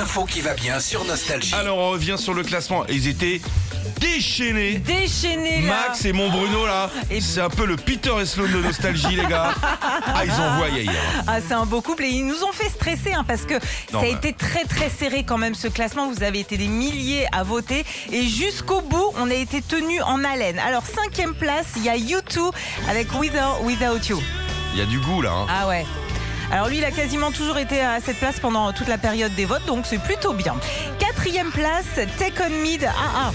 L'info qui va bien sur Nostalgie. Alors on revient sur le classement. Ils étaient déchaînés. Déchaîné là. Max et mon Bruno là, Et- c'est un peu le Peter et Sloan de Nostalgie les gars. Ah ils envoyaient hier. Ah, c'est un beau couple et ils nous ont fait stresser parce que ça a mais- été très très serré quand même ce classement. Vous avez été des milliers à voter et jusqu'au bout on a été tenus en haleine. Alors 5e place, il y a U2 avec With or Without You. Il y a du goût là. Hein. Ah ouais. Alors lui, il a quasiment toujours été à cette place pendant toute la période des votes, donc c'est plutôt bien. 4e place, Take On Me de AA.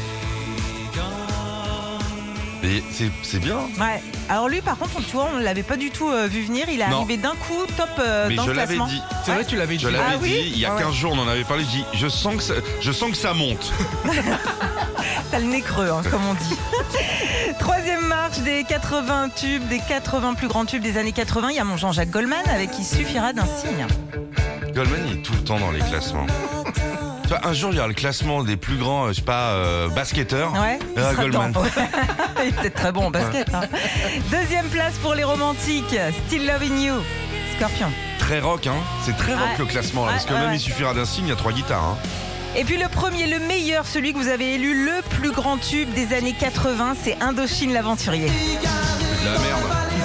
Et c'est bien. Ouais. Alors lui, par contre, tu vois, on ne l'avait pas du tout vu venir. Il est Non. arrivé d'un coup, top Mais dans je le l'avais classement. dit. C'est vrai, tu l'avais dit. Je l'avais Ah oui dit il y a Ah ouais. 15 jours, on en avait parlé. Je dis, je sens que ça monte. T'as le nez creux, comme on dit. 3e marche des 80 tubes, des 80 plus grands tubes des années 80. Il y a mon Jean-Jacques Goldman avec Il suffira d'un signe. Goldman il est tout le temps dans les classements. Tu vois, un jour il y aura le classement des plus grands, je sais pas, basketteurs. Ouais, il sera Goldman. dedans. Il est peut-être très bon au basket. Hein. 2e place pour les romantiques, Still Loving You, Scorpion. Très rock, hein. C'est très rock Ouais. le classement là, parce que Ouais, même ouais. il suffira d'un signe, il y a 3 guitares. Hein. Et puis le premier, le meilleur, celui que vous avez élu le plus grand tube des années 80, c'est Indochine l'aventurier. C'est de la merde.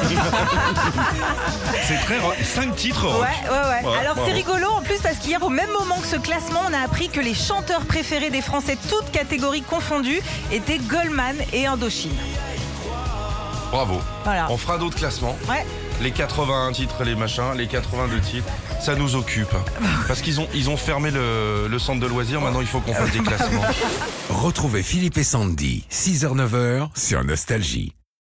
C'est très rock. 5 titres rock. Ouais. Ouais, Alors bravo. c'est rigolo en plus parce qu'hier au même moment que ce classement, on a appris que les chanteurs préférés des Français, toutes catégories confondues, étaient Goldman et Indochine. Bravo. Voilà. On fera d'autres classements. Ouais. Les 81 titres, les machins, les 82 titres, ça nous occupe. Parce qu'ils ont fermé le centre de loisirs, maintenant il faut qu'on fasse des classements. Retrouvez Philippe et Sandy, 6h-9h sur Nostalgie.